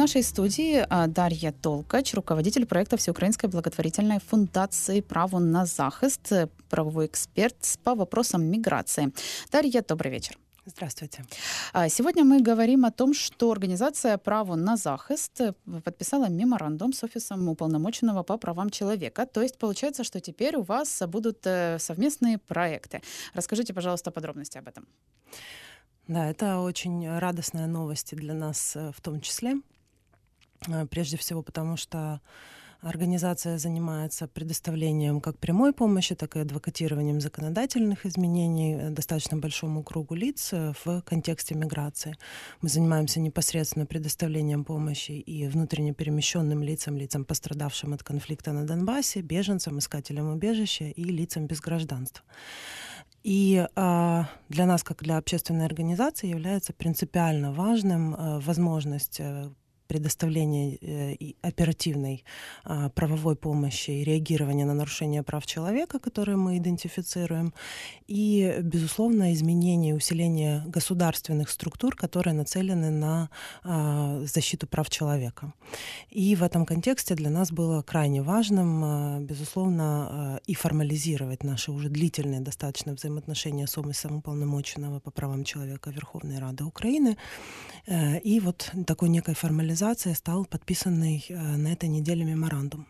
нашей студии Дарья Толкач, руководитель проекта Всеукраинской благотворительной фундации «Право на захист», правовой эксперт по вопросам миграции. Дарья, добрый вечер. Здравствуйте. Сегодня мы говорим о том, что организация «Право на захист» подписала меморандум с Офисом уполномоченного по правам человека. То есть получается, что теперь у вас будут совместные проекты. Расскажите, пожалуйста, подробности об этом. Да, это очень радостная новость для нас в том числе. Прежде всего потому, что организация занимается предоставлением как прямой помощи, так и адвокатированием законодательных изменений достаточно большому кругу лиц в контексте миграции. Мы занимаемся непосредственно предоставлением помощи и внутренне перемещенным лицам, пострадавшим от конфликта на Донбассе, беженцам, искателям убежища и лицам без гражданства. И для нас, как для общественной организации, является принципиально важным возможность предоставления и оперативной правовой помощи и реагирования на нарушения прав человека, которые мы идентифицируем, и, безусловно, изменение и усиление государственных структур, которые нацелены на защиту прав человека. И в этом контексте для нас было крайне важным, безусловно, и формализировать наши уже длительные достаточно взаимоотношения с Офисом уполномоченного по правам человека Верховной Рады Украины. И вот такой некой формализацией стал подписанный на этой неделе меморандум.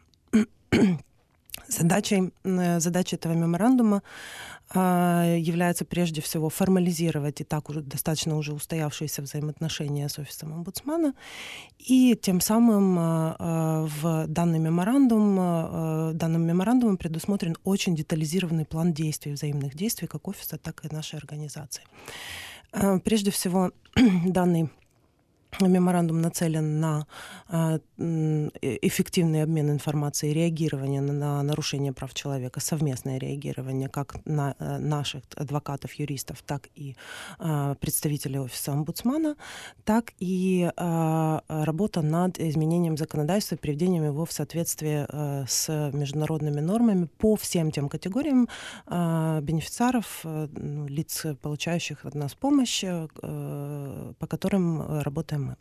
Задачей этого меморандума является прежде всего формализировать и так уже достаточно уже устоявшиеся взаимоотношения с Офисом омбудсмана, и тем самым в данным меморандумом предусмотрен очень детализированный план действий, взаимных действий как Офиса, так и нашей организации. Прежде всего, данный меморандум нацелен на эффективный обмен информацией, реагирование на нарушение прав человека, совместное реагирование как на наших адвокатов, юристов, так и представителей Офиса омбудсмана, так и работа над изменением законодательства и приведением его в соответствие с международными нормами по всем тем категориям бенефициаров, лиц, получающих от нас помощь, по которым работаем мы.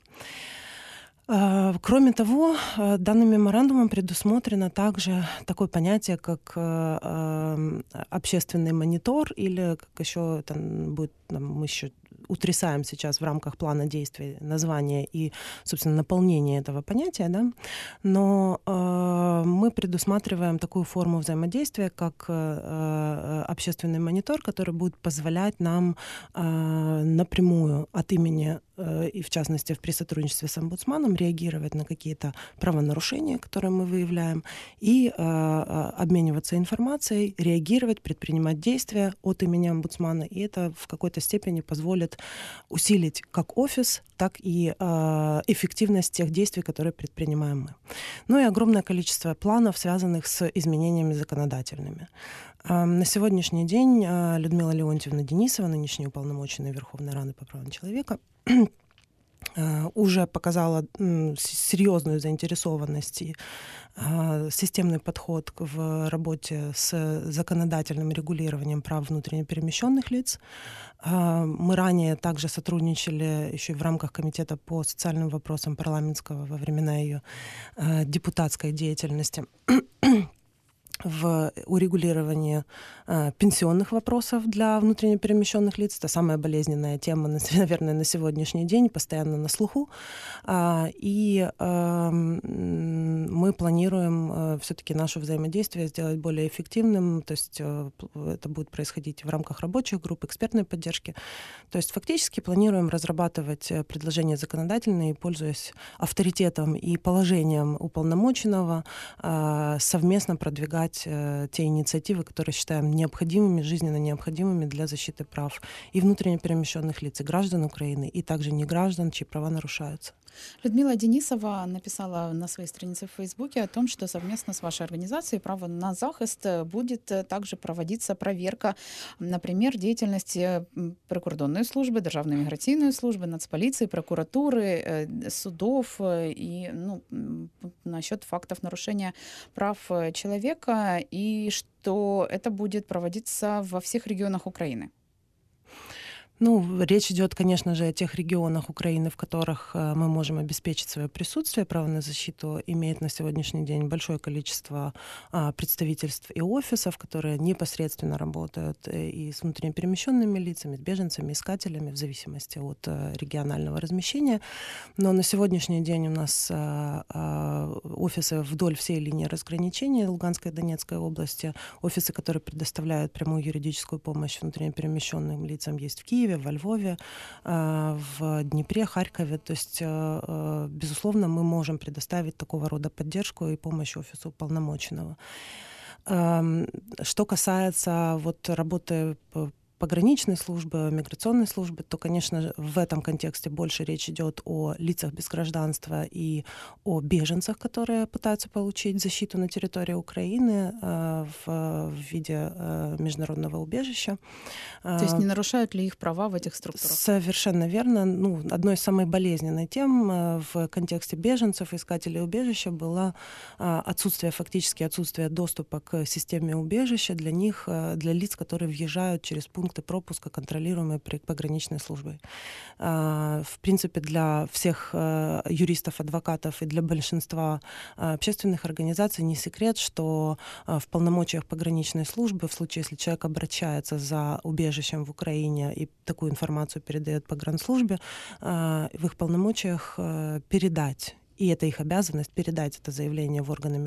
Кроме того, данным меморандумом предусмотрено также такое понятие, как общественный монитор, или как еще это будет, мы еще утрясаем сейчас в рамках плана действий название и, собственно, наполнение этого понятия, да? Но мы предусматриваем такую форму взаимодействия, как общественный монитор, который будет позволять нам напрямую от имени и, в частности, при сотрудничестве с омбудсманом реагировать на какие-то правонарушения, которые мы выявляем, и обмениваться информацией, реагировать, предпринимать действия от имени омбудсмана. И это в какой-то степени позволит усилить как офис, так и эффективность тех действий, которые предпринимаем мы. Ну и огромное количество планов, связанных с изменениями законодательными. На сегодняшний день Людмила Леонтьевна Денисова, нынешняя уполномоченная Верховной Рады по правам человека, уже показала серьезную заинтересованность и системный подход в работе с законодательным регулированием прав внутренне перемещенных лиц. Мы ранее также сотрудничали еще и в рамках Комитета по социальным вопросам парламентского во времена ее депутатской деятельности в урегулировании пенсионных вопросов для внутренне перемещенных лиц. Это самая болезненная тема, наверное, на сегодняшний день, постоянно на слуху. И мы планируем все-таки наше взаимодействие сделать более эффективным, то есть это будет происходить в рамках рабочих групп, экспертной поддержки. То есть фактически планируем разрабатывать предложения законодательные, пользуясь авторитетом и положением уполномоченного, совместно продвигать те инициативы, которые считаем необходимыми, жизненно необходимыми для защиты прав и внутренне перемещенных лиц, и граждан Украины, и также неграждан, чьи права нарушаются. Людмила Денисова написала на своей странице в Фейсбуке о том, что совместно с вашей организацией «Право на захист» будет также проводиться проверка, например, деятельности прикордонної служби, Державної міграційної служби, Нацполиции, прокуратуры, судов и насчет фактов нарушения прав человека, и что это будет проводиться во всех регионах Украины. Ну, речь идет, конечно же, о тех регионах Украины, в которых мы можем обеспечить свое присутствие. Право на защиту имеет на сегодняшний день большое количество представительств и офисов, которые непосредственно работают и с внутренне перемещенными лицами, с беженцами, искателями, в зависимости от регионального размещения. Но на сегодняшний день у нас офисы вдоль всей линии разграничения Луганской и Донецкой области, офисы, которые предоставляют прямую юридическую помощь внутренне перемещенным лицам, есть в Киеве, во Львове, в Днепре, Харькове. То есть, безусловно, мы можем предоставить такого рода поддержку и помощь офису уполномоченного. Что касается вот работы пограничной службы, миграционной службы, то, конечно, в этом контексте больше речь идет о лицах без гражданства и о беженцах, которые пытаются получить защиту на территории Украины в виде международного убежища. То есть не нарушают ли их права в этих структурах? Совершенно верно. Ну, одной из самых болезненных тем в контексте беженцев, искателей убежища было фактически отсутствие доступа к системе убежища для них, для лиц, которые въезжают через пункты пропуска, контролируемые пограничной службой. В принципе, для всех юристов, адвокатов и для большинства общественных организаций не секрет, что в полномочиях пограничной службы, в случае, если человек обращается за убежищем в Украине и такую информацию передает погранслужбе, в их полномочиях передать, и это их обязанность, передать это заявление в органы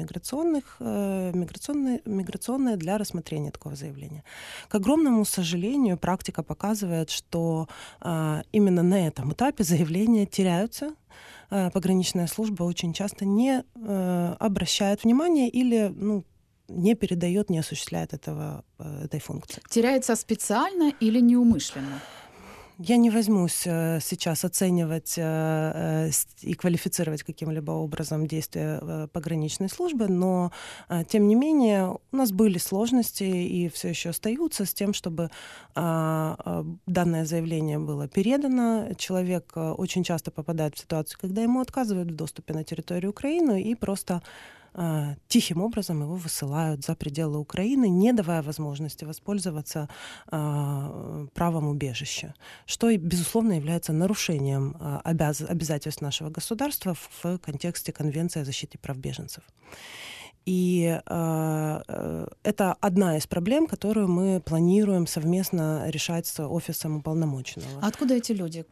миграционные для рассмотрения такого заявления. К огромному сожалению, практика показывает, что именно на этом этапе заявления теряются. Пограничная служба очень часто не обращает внимания или не передает, не осуществляет этой функции. Теряется специально или неумышленно? Я не возьмусь сейчас оценивать и квалифицировать каким-либо образом действия пограничной службы, но, тем не менее, у нас были сложности и все еще остаются с тем, чтобы данное заявление было передано. Человек очень часто попадает в ситуацию, когда ему отказывают в доступе на территорию Украины и просто тихим образом его высылают за пределы Украины, не давая возможности воспользоваться правом убежища, что, безусловно, является нарушением обязательств нашего государства в контексте Конвенции о защите прав беженцев. И это одна из проблем, которую мы планируем совместно решать с офисом уполномоченного. А откуда эти люди?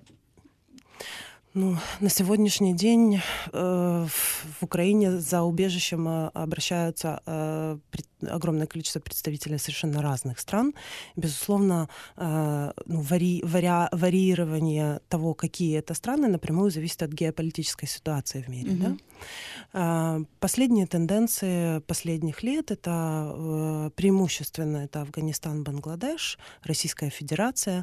На сегодняшний день в Украине за убежищем обращаются огромное количество представителей совершенно разных стран. Безусловно, варьирование того, какие это страны, напрямую зависит от геополитической ситуации в мире. Mm-hmm. Да? Последние тенденции последних лет — это преимущественно это Афганистан, Бангладеш, Российская Федерация,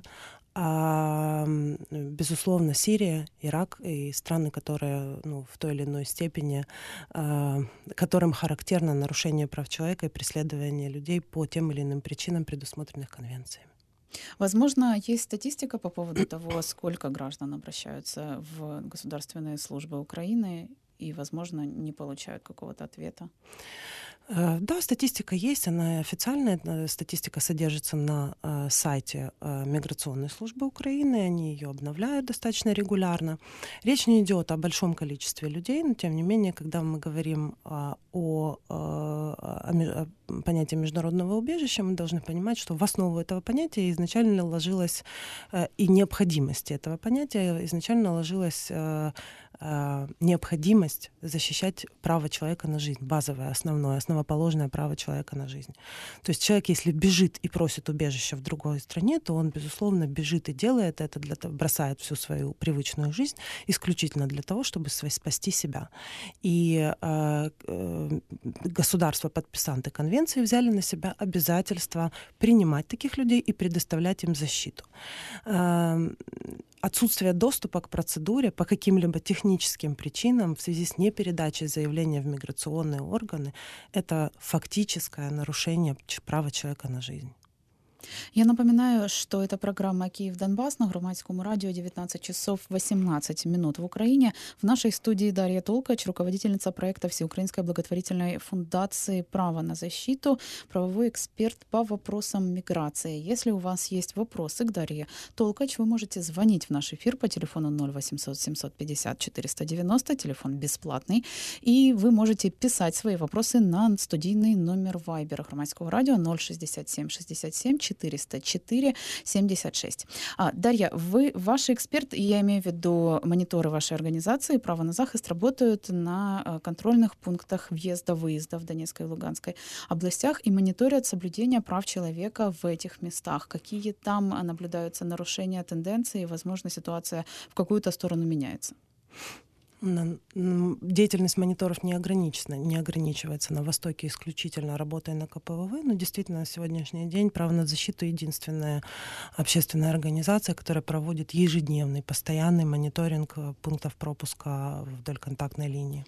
безусловно, Сирия, Ирак и страны, которые в той или иной степени, которым характерно нарушение прав человека и преследование людей по тем или иным причинам, предусмотренных конвенциями. Возможно, есть статистика по поводу того, сколько граждан обращаются в государственные службы Украины и, возможно, не получают какого-то ответа. Да, статистика есть, она официальная. Статистика содержится на сайте Миграционной службы Украины, они ее обновляют достаточно регулярно. Речь не идет о большом количестве людей, но тем не менее, когда мы говорим о понятии международного убежища, мы должны понимать, что в основу этого понятия изначально ложилась и необходимость этого понятия изначально ложилась необходимость защищать право человека на жизнь, базовое, основное, основоположное право человека на жизнь. То есть человек, если бежит и просит убежища в другой стране, то он, безусловно, бежит и делает это, бросает всю свою привычную жизнь исключительно для того, чтобы спасти себя. И государства-подписанты конвенции взяли на себя обязательство принимать таких людей и предоставлять им защиту. Отсутствие доступа к процедуре по каким-либо техническим причинам в связи с непередачей заявления в миграционные органы — это фактическое нарушение права человека на жизнь. Я напоминаю, что это программа «Киев-Донбасс» на Громадском радио, 19 часов 18 минут в Украине. В нашей студии Дарья Толкач, руководительница проекта Всеукраинской благотворительной фундации «Право на защиту», правовой эксперт по вопросам миграции. Если у вас есть вопросы к Дарье Толкач, вы можете звонить в наш эфир по телефону 0800 750 490, телефон бесплатный, и вы можете писать свои вопросы на студийный номер Вайбера Громадского радио 067 67 404 76. Дарья, ваши эксперты, я имею в виду мониторы вашей организации «Право на захист», работают на контрольных пунктах въезда-выезда в Донецкой и Луганской областях и мониторят соблюдение прав человека в этих местах. Какие там наблюдаются нарушения, тенденции, и, возможно, ситуация в какую-то сторону меняется? Деятельность мониторов не ограничивается на Востоке исключительно работой на КПВВ, но действительно на сегодняшний день «Право на защиту» — единственная общественная организация, которая проводит ежедневный, постоянный мониторинг пунктов пропуска вдоль контактной линии.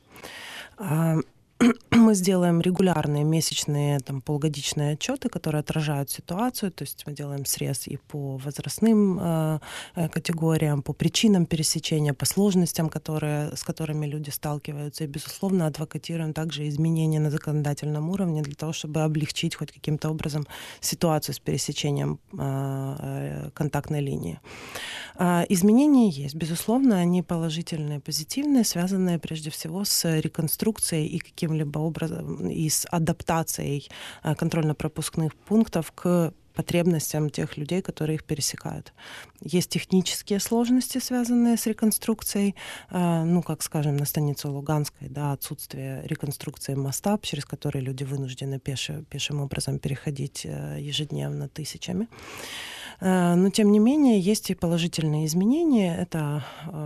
Мы сделаем регулярные месячные, полугодичные отчеты, которые отражают ситуацию. То есть мы делаем срез и по возрастным категориям, по причинам пересечения, по сложностям, с которыми люди сталкиваются. И, безусловно, адвокатируем также изменения на законодательном уровне для того, чтобы облегчить хоть каким-то образом ситуацию с пересечением контактной линии. Изменения есть. Безусловно, они положительные, позитивные, связанные прежде всего с реконструкцией и каким-либо образом и с адаптацией контрольно-пропускных пунктов к потребностям тех людей, которые их пересекают. Есть технические сложности, связанные с реконструкцией, как, скажем, на станице Луганской, отсутствие реконструкции моста, через который люди вынуждены пешим образом переходить ежедневно тысячами. Но, тем не менее, есть и положительные изменения. Это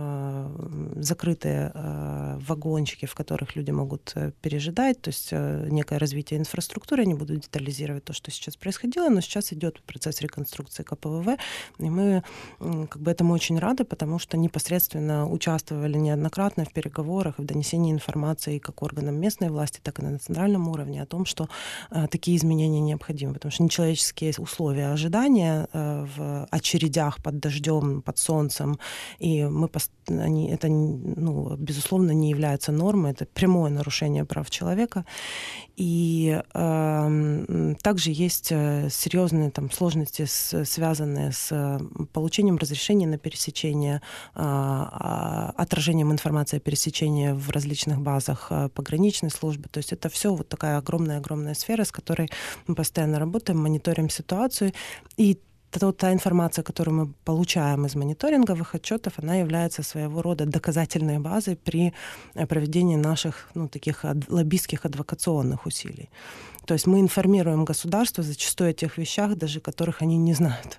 закрытые вагончики, в которых люди могут пережидать, то есть некое развитие инфраструктуры. Я не буду детализировать то, что сейчас происходило, но сейчас идет процесс реконструкции КПВВ, и мы этому очень рады, потому что непосредственно участвовали неоднократно в переговорах и в донесении информации как органам местной власти, так и на национальном уровне о том, что такие изменения необходимы, потому что нечеловеческие условия ожидания в очередях под дождем, под солнцем, и это, безусловно, не является нормой, это прямое нарушение прав человека. И также есть серьезные сложности, связанные с получением разрешения на пересечение, отражением информации о пересечении в различных базах пограничной службы. То есть это все такая огромная сфера, с которой мы постоянно работаем, мониторим ситуацию. И та информация, которую мы получаем из мониторинговых отчетов, она является своего рода доказательной базой при проведении наших таких лоббистских адвокационных усилий. То есть мы информируем государство зачастую о тех вещах, даже которых они не знают,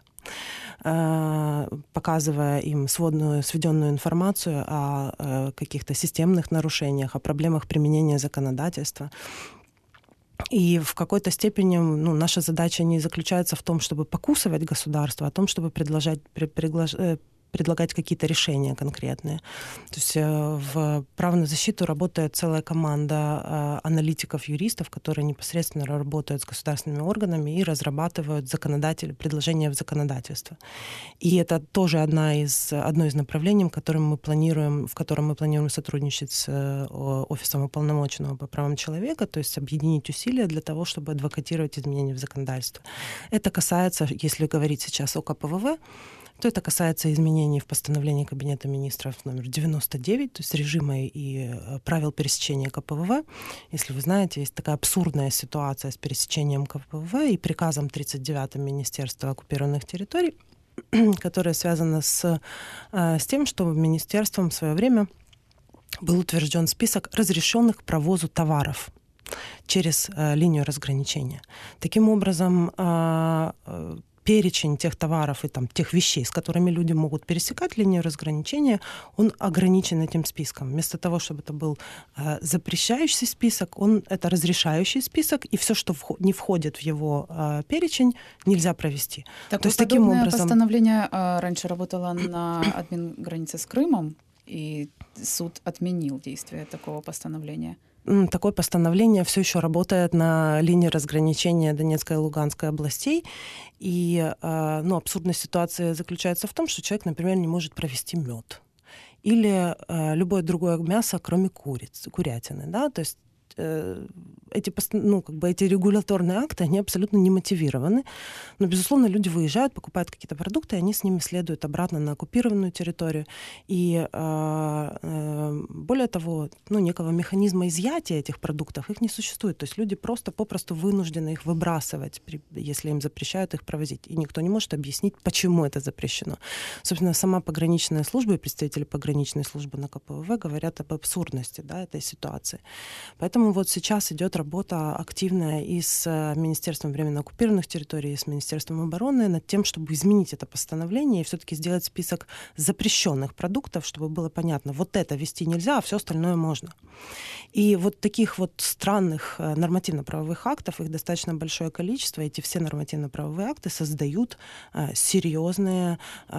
показывая им сведенную информацию о каких-то системных нарушениях, о проблемах применения законодательства. И в какой-то степени наша задача не заключается в том, чтобы покусывать государство, а в том, чтобы предлагать какие-то решения конкретные. То есть в «Право на защиту» работает целая команда аналитиков, юристов, которые непосредственно работают с государственными органами и разрабатывают предложения в законодательство. И это тоже одно из направлений, в котором мы планируем сотрудничать с Офисом уполномоченного по правам человека, то есть объединить усилия для того, чтобы адвокатировать изменения в законодательстве. Это касается, если говорить сейчас о КПВВ, то это касается изменений в постановлении Кабинета министров номер 99, то есть режима и правил пересечения КПВВ. Если вы знаете, есть такая абсурдная ситуация с пересечением КПВВ и приказом 39-м Министерства оккупированных территорий, которая связана с тем, что министерством в свое время был утвержден список разрешенных к провозу товаров через линию разграничения. Таким образом, перечень тех товаров и тех вещей, с которыми люди могут пересекать линию разграничения, он ограничен этим списком. Вместо того, чтобы это был запрещающий список, это разрешающий список, и все, что не входит в его перечень, нельзя провести. То есть таким образом... постановление раньше работало на админгранице с Крымом? и суд отменил действие такого постановления? Такое постановление все еще работает на линии разграничения Донецкой и Луганской областей. И абсурдность ситуации заключается в том, что человек, например, не может провести мед или любое другое мясо, кроме курятины. Да? То есть эти регуляторные акты, они абсолютно не мотивированы. Но, безусловно, люди выезжают, покупают какие-то продукты, и они с ними следуют обратно на оккупированную территорию. И более того, некого механизма изъятия этих продуктов их не существует. То есть люди попросту вынуждены их выбрасывать, если им запрещают их провозить. И никто не может объяснить, почему это запрещено. Собственно, сама пограничная служба и представители пограничной службы на КПВВ говорят об абсурдности, да, этой ситуации. Поэтому вот сейчас идет работа активная и с Министерством временно оккупированных территорий, и с Министерством обороны над тем, чтобы изменить это постановление и все-таки сделать список запрещенных продуктов, чтобы было понятно, вот это вести нельзя, а все остальное можно. И вот таких вот странных нормативно-правовых актов, их достаточно большое количество, эти все нормативно-правовые акты создают серьезные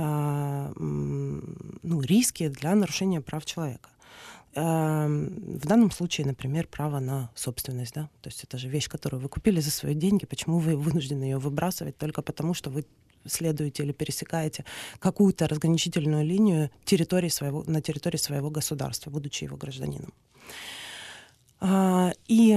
риски для нарушения прав человека. В данном случае, например, право на собственность. Да? То есть это же вещь, которую вы купили за свои деньги. Почему вы вынуждены ее выбрасывать только потому, что вы следуете или пересекаете какую-то разграничительную линию на территории своего государства, будучи его гражданином? И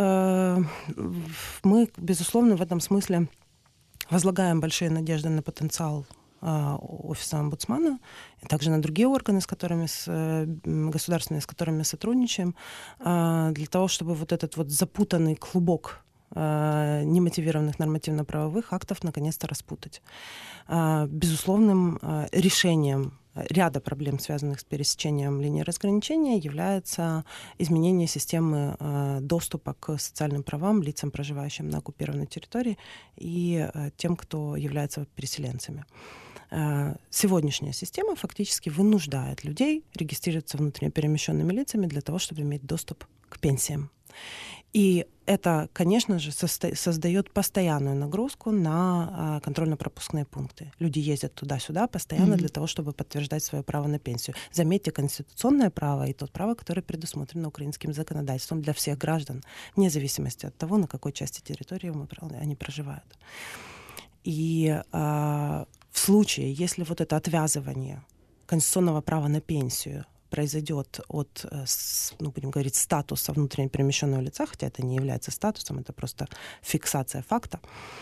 мы, безусловно, в этом смысле возлагаем большие надежды на потенциал Офиса омбудсмана, и также на другие органы, государственные, с которыми сотрудничаем, для того, чтобы вот этот вот запутанный клубок немотивированных нормативно-правовых актов наконец-то распутать. Безусловным решением ряда проблем, связанных с пересечением линии разграничения, является изменение системы доступа к социальным правам лицам, проживающим на оккупированной территории, и тем, кто является переселенцами. Сегодняшняя система фактически вынуждает людей регистрироваться внутренне перемещенными лицами для того, чтобы иметь доступ к пенсиям. И это, конечно же, создает постоянную нагрузку на контрольно-пропускные пункты. Люди ездят туда-сюда постоянно для того, чтобы подтверждать свое право на пенсию. Заметьте, конституционное право и то право, которое предусмотрено украинским законодательством для всех граждан, вне зависимости от того, на какой части территории они проживают. И в случае, если вот это отвязывание конституционного права на пенсию произойдет от, будем говорить, статуса внутренне перемещенного лица, хотя это не является статусом, это просто фиксация факта,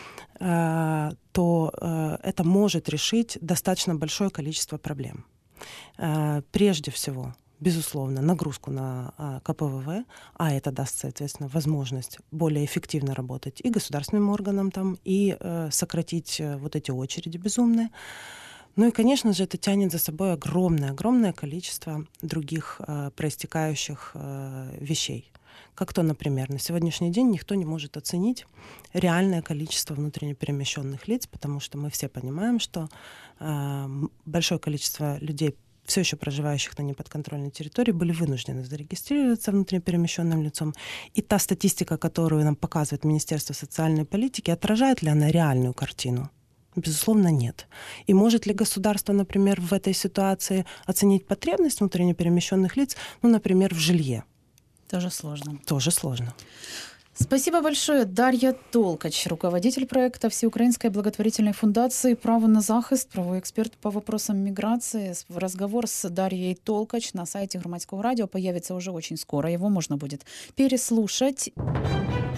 то это может решить достаточно большое количество проблем. Прежде всего, безусловно, нагрузку на КПВВ, а это даст, соответственно, возможность более эффективно работать и государственным органам там, и сократить вот эти очереди безумные. Ну и, конечно же, это тянет за собой огромное количество других проистекающих вещей. Как то, например, на сегодняшний день никто не может оценить реальное количество внутренне перемещенных лиц, потому что мы все понимаем, что большое количество людей, все еще проживающих на неподконтрольной территории, были вынуждены зарегистрироваться внутренне перемещенным лицом. И та статистика, которую нам показывает Министерство социальной политики, отражает ли она реальную картину? Безусловно, нет. И может ли государство, например, в этой ситуации оценить потребность внутренне перемещенных лиц, например, в жилье? Тоже сложно. Тоже сложно. Спасибо большое. Дарья Толкач, руководитель проекта Всеукраинской благотворительной фундации «Право на захист», правовой эксперт по вопросам миграции. Разговор с Дарьей Толкач на сайте Громадского радио появится уже очень скоро. Его можно будет переслушать.